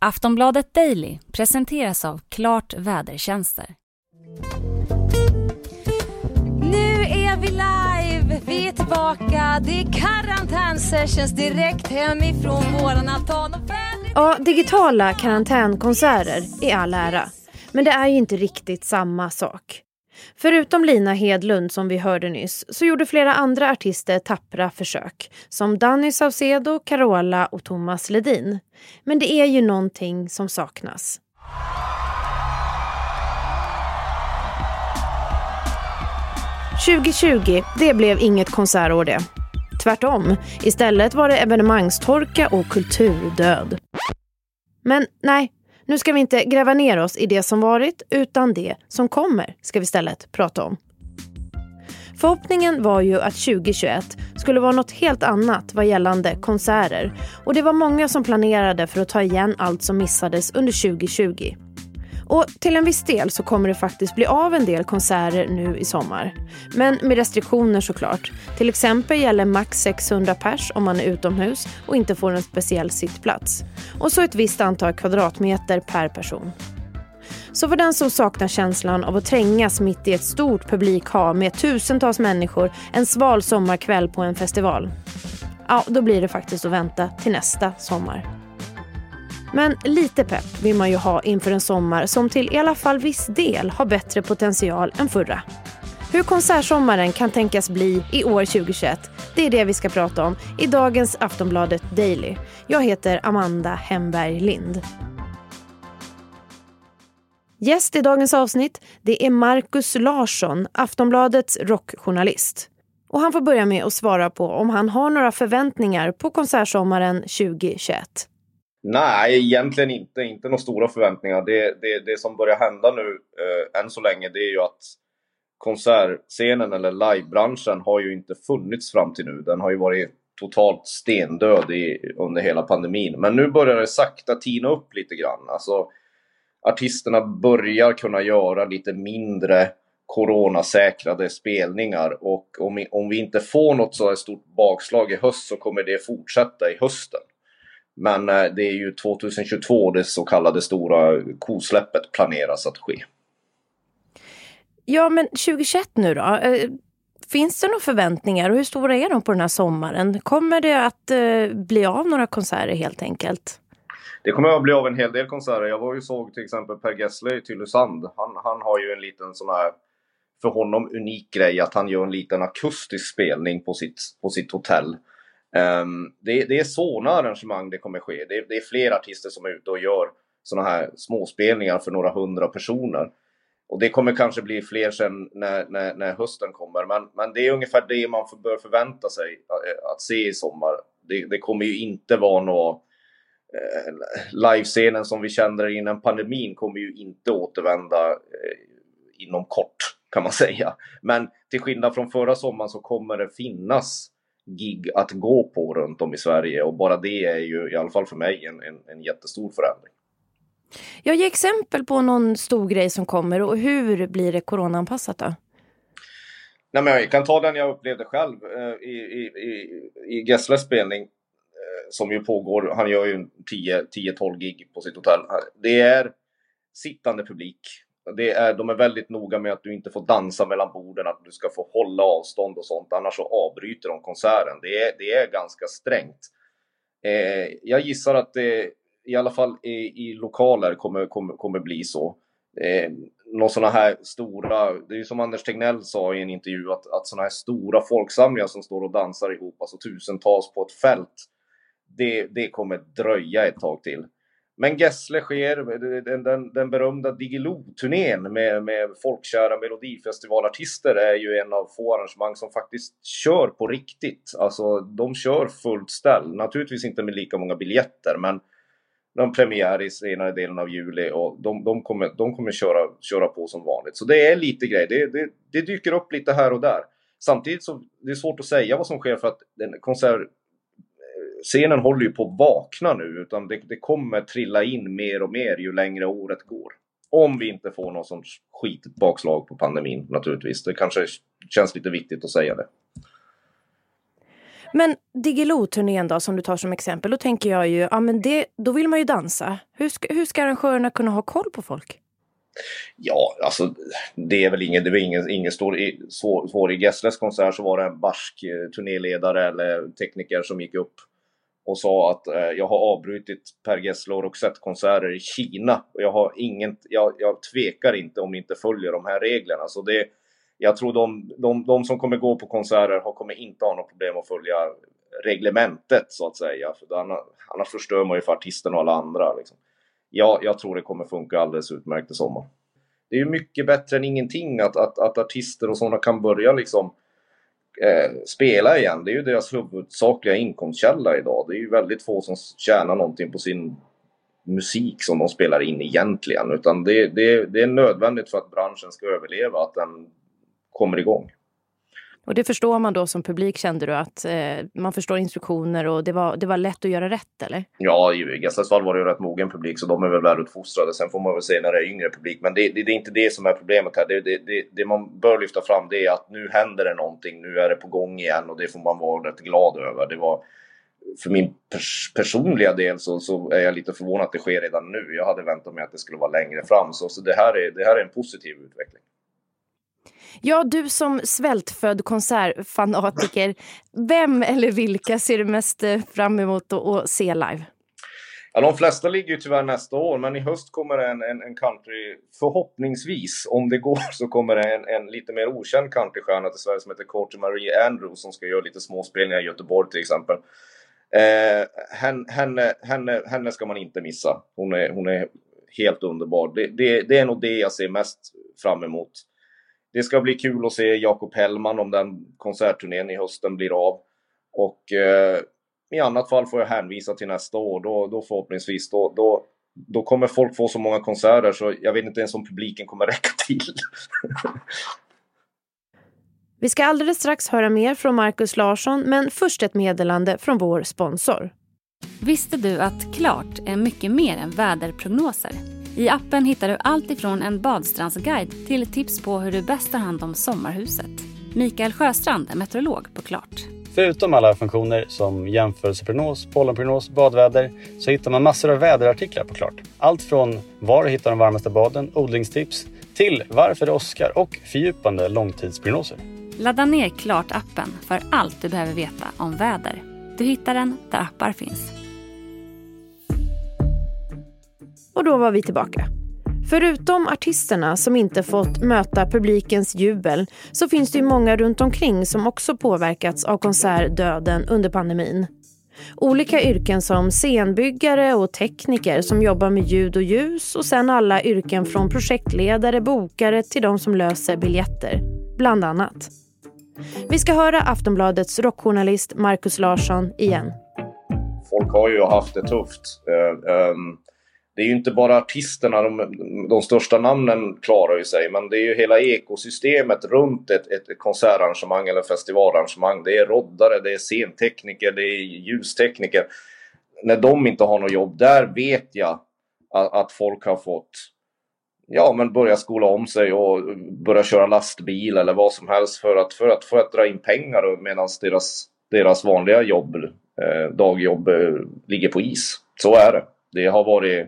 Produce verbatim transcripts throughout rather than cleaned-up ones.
Aftonbladet Daily presenteras av Klart Vädertjänster. Nu är vi live, vi är tillbaka. Det är karantänsessions direkt hemifrån våran altan. Ja, digitala karantänkonserter är all ära. Men det är ju inte riktigt samma sak. Förutom Lina Hedlund som vi hörde nyss så gjorde flera andra artister tappra försök. Som Danny Saucedo, Carola och Thomas Ledin. Men det är ju någonting som saknas. tjugo tjugo, det blev inget konsertår det. Tvärtom, istället var det evenemangstorka och kulturdöd. Men nej, nu ska vi inte gräva ner oss i det som varit utan det som kommer ska vi istället prata om. Förhoppningen var ju att tjugo tjugoett skulle vara något helt annat vad gällande konserter och det var många som planerade för att ta igen allt som missades under tjugo tjugo. Och till en viss del så kommer det faktiskt bli av en del konserter nu i sommar. Men med restriktioner såklart. Till exempel gäller max sexhundra pers om man är utomhus och inte får en speciell sittplats. Och så ett visst antal kvadratmeter per person. Så för den som saknar känslan av att trängas mitt i ett stort publikhav med tusentals människor en sval sommarkväll på en festival. Ja, då blir det faktiskt att vänta till nästa sommar. Men lite pepp vill man ju ha inför en sommar som till i alla fall viss del har bättre potential än förra. Hur konsertsommaren kan tänkas bli i år tjugo tjugoett, det är det vi ska prata om i dagens Aftonbladet Daily. Jag heter Amanda Hemberg Lind. Gäst i dagens avsnitt, det är Marcus Larsson, Aftonbladets rockjournalist. Och han får börja med att svara på om han har några förväntningar på konsertsommaren tjugo tjugoett. Nej, egentligen inte. Inte några stora förväntningar. Det, det, det som börjar hända nu eh, än så länge, det är ju att konsertscenen eller livebranschen har ju inte funnits fram till nu. Den har ju varit totalt stendöd i, under hela pandemin. Men nu börjar det sakta tina upp lite grann. Alltså, artisterna börjar kunna göra lite mindre coronasäkrade spelningar. Och om, om vi inte får något så här stort bakslag i höst så kommer det fortsätta i hösten. Men det är ju tjugohundratjugotvå det så kallade stora kosläppet planeras att ske. Ja, men tjugo tjugoett nu då? Finns det några förväntningar och hur stora är de på den här sommaren? Kommer det att bli av några konserter helt enkelt? Det kommer att bli av en hel del konserter. Jag var ju såg till exempel Per Gessle i Tylösand. Han, han har ju en liten sån här, för honom unik grej att han gör en liten akustisk spelning på sitt, på sitt hotell. Um, det, det är såna arrangemang det kommer ske. Det, det är fler artister som är ute och gör såna här småspelningar för några hundra personer. Och det kommer kanske bli fler sen när, när, när hösten kommer. Men, men det är ungefär det man för, bör förvänta sig att, att se i sommar. Det, det kommer ju inte vara någon eh, livescenen som vi kände innan pandemin kommer ju inte återvända eh, inom kort kan man säga. Men till skillnad från förra sommaren så kommer det finnas gig att gå på runt om i Sverige och bara det är ju i alla fall för mig en, en, en jättestor förändring. Jag ger exempel på någon stor grej som kommer och hur blir det coronaanpassat då? Nej, men jag kan ta den jag upplevde själv eh, i, i, i, i Gessles spelning eh, som ju pågår, han gör ju tio tolv gig på sitt hotell. Det är sittande publik. Det är, de är väldigt noga med att du inte får dansa mellan borden, att du ska få hålla avstånd och sånt, annars så avbryter de konserten. Det är, det är ganska strängt. Eh, jag gissar att det i alla fall i, i lokaler kommer, kommer, kommer bli så. Eh, några sådana här stora, det är ju som Anders Tegnell sa i en intervju, att, att sådana här stora folksamlingar som står och dansar ihop, alltså tusentals på ett fält, det, det kommer dröja ett tag till. Men Gessle sker, den, den, den berömda Diggiloo-turnén med, med folkkära melodifestivalartister är ju en av få arrangemang som faktiskt kör på riktigt. Alltså de kör fullt ställ, naturligtvis inte med lika många biljetter, men de premiär i senare delen av juli och de, de kommer, de kommer köra, köra på som vanligt. Så det är lite grej, det, det, det dyker upp lite här och där. Samtidigt så det är svårt att säga vad som sker för att den konsert scenen håller ju på att vakna nu, utan det, det kommer trilla in mer och mer ju längre året går. Om vi inte får någon sån skitbakslag på pandemin naturligtvis. Det kanske känns lite viktigt att säga det. Men Diggiloo-turnén då, som du tar som exempel, då tänker jag ju, ja men det, då vill man ju dansa. Hur ska, hur ska arrangörerna kunna ha koll på folk? Ja, alltså det är väl ingen, det var ingen, ingen stor, svår, svår i Gessles konsert så var det en barsk turnéledare eller tekniker som gick upp och sa att eh, jag har avbrutit Per Gessle och Roxette-konserter i Kina och jag har ingen, jag, jag tvekar inte om ni inte följer de här reglerna. Så det, jag tror de, de, de som kommer gå på konserter har, kommer inte ha något problem att följa reglementet så att säga. För annars, annars förstör man ju för artisten och alla andra liksom. Ja, jag tror det kommer funka alldeles utmärkt i sommar. Det är ju mycket bättre än ingenting att, att, att artister och sådana kan börja liksom eh, spela igen. Det är ju deras huvudsakliga inkomstkälla idag. Det är ju väldigt få som tjänar någonting på sin musik som de spelar in egentligen. Utan det, det, det är nödvändigt för att branschen ska överleva att den kommer igång. Och det förstår man då som publik, kände du att eh, man förstår instruktioner och det var, det var lätt att göra rätt, eller? Ja, i Gessles fall var det ju rätt mogen publik så de är väl välutfostrade. Sen får man väl se när det är yngre publik. Men det, det, det är inte det som är problemet här. Det, det, det, det man bör lyfta fram det är att nu händer det någonting. Nu är det på gång igen och det får man vara rätt glad över. Det var, för min pers- personliga del så, så är jag lite förvånad att det sker redan nu. Jag hade väntat mig att det skulle vara längre fram. Så, så det, här är, det här är en positiv utveckling. Ja, du som svältfödd konsertfanatiker, vem eller vilka ser du mest fram emot att, att se live? Ja, de flesta ligger ju tyvärr nästa år, men i höst kommer en, en, en country, förhoppningsvis, om det går, så kommer det en, en lite mer okänd countrystjärna till Sverige som heter Courtney Marie Andrews som ska göra lite småspelningar i Göteborg till exempel. Eh, henne, henne, henne, henne ska man inte missa. Hon är, hon är helt underbar. Det, det, det är nog det jag ser mest fram emot. Det ska bli kul att se Jakob Hellman om den konsertturnén i hösten blir av. Och eh, i annat fall får jag hänvisa till nästa år. Då, då förhoppningsvis, då, då, då kommer folk få så många konserter så jag vet inte ens om publiken kommer räcka till. Vi ska alldeles strax höra mer från Marcus Larsson, men först ett meddelande från vår sponsor. Visste du att Klart är mycket mer än väderprognoser? I appen hittar du allt ifrån en badstrandsguide till tips på hur du bäst tar hand om sommarhuset. Mikael Sjöstrand är meteorolog på Klart. Förutom alla funktioner som jämförelseprognos, pollenprognos, badväder så hittar man massor av väderartiklar på Klart. Allt från var du hittar de varmaste baden, odlingstips till varför det åskar och fördjupande långtidsprognoser. Ladda ner Klart-appen för allt du behöver veta om väder. Du hittar den där appar finns. Och då var vi tillbaka. Förutom artisterna som inte fått möta publikens jubel så finns det ju många runt omkring som också påverkats av konsertdöden under pandemin. Olika yrken som scenbyggare och tekniker som jobbar med ljud och ljus och sen alla yrken från projektledare, bokare till de som löser biljetter, bland annat. Vi ska höra Aftonbladets rockjournalist Marcus Larsson igen. Folk har ju haft det tufft. Uh, um... Det är ju inte bara artisterna, de, de största namnen klarar ju sig. Men det är ju hela ekosystemet runt ett, ett konsertarrangemang eller festivalarrangemang. Det är roddare, det är scentekniker, det är ljustekniker. När de inte har något jobb, där vet jag att, att folk har fått ja, men börja skola om sig och börja köra lastbil eller vad som helst för att, för att, för att dra in pengar medan deras, deras vanliga jobb, eh, dagjobb eh, ligger på is. Så är det. Det har varit...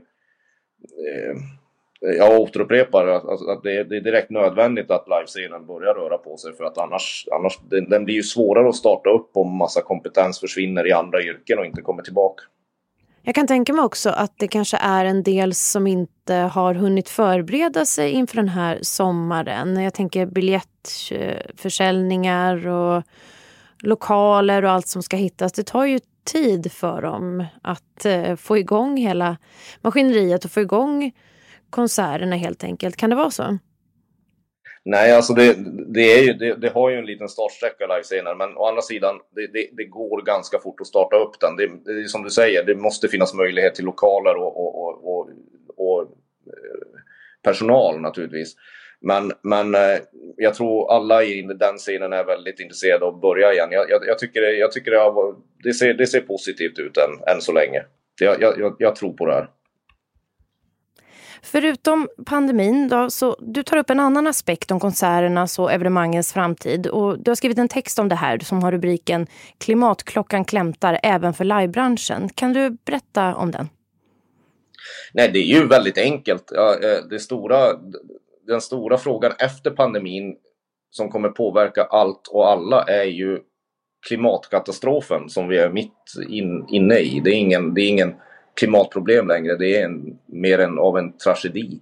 Jag återupprepar att, att det, är, det är direkt nödvändigt att livescenen börjar röra på sig för att annars, annars den, den blir ju svårare att starta upp om massa kompetens försvinner i andra yrken och inte kommer tillbaka. Jag kan tänka mig också att det kanske är en del som inte har hunnit förbereda sig inför den här sommaren. Jag tänker biljettförsäljningar och lokaler och allt som ska hittas. Det tar ju tid för dem att eh, få igång hela maskineriet och få igång konserterna helt enkelt. Kan det vara så? Nej, alltså det, det, är ju, det, det har ju en liten startsträcka livescener, men å andra sidan, det, det, det går ganska fort att starta upp den. Det, det är som du säger, det måste finnas möjlighet till lokaler och, och, och, och, och personal naturligtvis. Men, men jag tror alla i den scenen är väldigt intresserade av att börja igen. Jag, jag, jag tycker, det, jag tycker det, har, det, ser, det ser positivt ut än, än så länge. Jag, jag, jag tror på det här. Förutom pandemin då, så du tar upp en annan aspekt om konserternas och evenemangens framtid. Och du har skrivit en text om det här som har rubriken Klimatklockan klämtar även för livebranschen. Kan du berätta om den? Nej, det är ju väldigt enkelt. Det stora, den stora frågan efter pandemin som kommer påverka allt och alla är ju klimatkatastrofen som vi är mitt in, inne i. Det är ingen, det är ingen klimatproblem längre, det är en, mer än av en tragedi.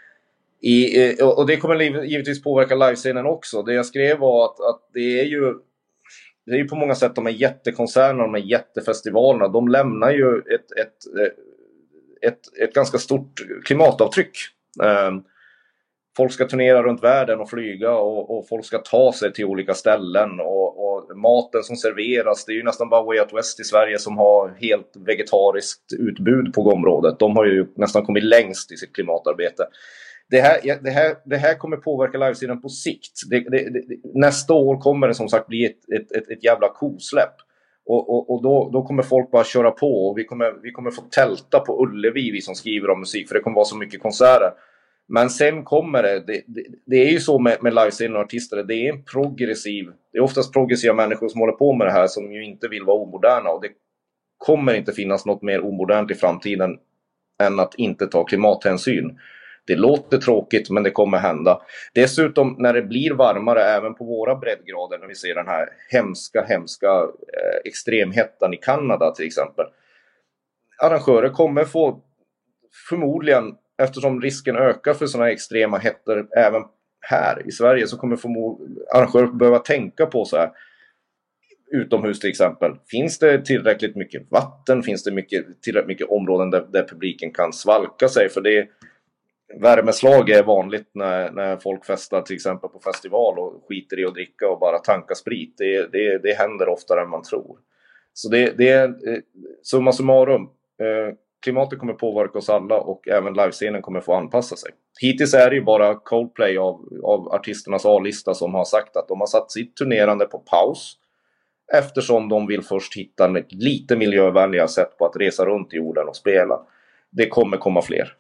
I, och det kommer givetvis påverka livescenen också. Det jag skrev var att, att det är ju det är ju på många sätt de här jättekoncernerna, de här jättefestivalerna, de lämnar ju ett, ett, ett, ett ganska stort klimatavtryck. Um, folk ska turnera runt världen och flyga och, och folk ska ta sig till olika ställen och, och maten som serveras, det är ju nästan bara Way Out West i Sverige som har helt vegetariskt utbud på området. De har ju nästan kommit längst i sitt klimatarbete. Det här, det här, det här kommer påverka livesidan på sikt. Det, det, det, nästa år kommer det som sagt bli ett, ett, ett, ett jävla kosläpp. Och, och, och då, då kommer folk bara köra på och vi kommer, vi kommer få tälta på Ullevi, vi som skriver om musik, för det kommer vara så mycket konserter. Men sen kommer det, det, det, det är ju så med, med livescenen och artister, det är en progressiv, det är oftast progressiva människor som håller på med det här som ju inte vill vara omoderna, och det kommer inte finnas något mer omodernt i framtiden än att inte ta klimathänsyn. Det låter tråkigt, men det kommer hända. Dessutom när det blir varmare även på våra breddgrader, när vi ser den här hemska, hemska eh, extremhettan i Kanada till exempel. Arrangörer kommer få förmodligen, eftersom risken ökar för sådana extrema hettor även här i Sverige, så kommer arrangörer behöva tänka på så här. Utomhus till exempel. Finns det tillräckligt mycket vatten? Finns det mycket, tillräckligt mycket områden där, där publiken kan svalka sig? För det värmeslag är vanligt när, när folk festar till exempel på festival och skiter i att dricka och bara tanka sprit. Det, det, det händer oftare än man tror. Så det, det är summa summarum. Eh, klimatet kommer påverka oss alla och även livescenen kommer få anpassa sig. Hittills är det ju bara Coldplay av, av artisternas A-lista som har sagt att de har satt sitt turnerande på paus. Eftersom de vill först hitta ett lite miljövänliga sätt på att resa runt i jorden och spela. Det kommer komma fler.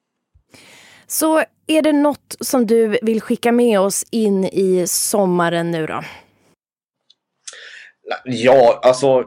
Så är det något som du vill skicka med oss in i sommaren nu då? Ja, alltså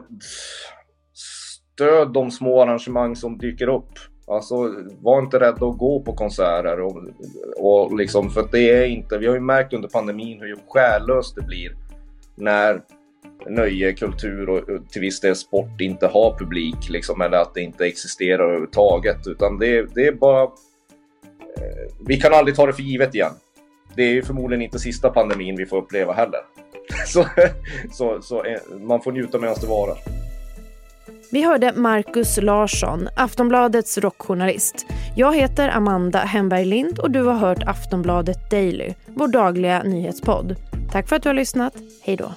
stöd de små arrangemang som dyker upp. Alltså var inte rädda att gå på konserter och, och liksom, för att det är inte, vi har ju märkt under pandemin hur själlöst det blir när nöje, kultur och till viss del sport inte har publik liksom, eller att det inte existerar överhuvudtaget, utan det, det är bara eh, vi kan aldrig ta det för givet igen. Det är ju förmodligen inte sista pandemin vi får uppleva heller. så så, så eh, man får njuta medan det varar. Vi hörde Marcus Larsson, Aftonbladets rockjournalist. Jag heter Amanda Hemberg Lind och du har hört Aftonbladet Daily, vår dagliga nyhetspodd. Tack för att du har lyssnat. Hej då.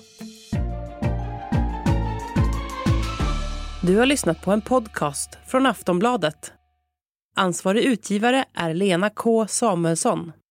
Du har lyssnat på en podcast från Aftonbladet. Ansvarig utgivare är Lena K. Samuelsson.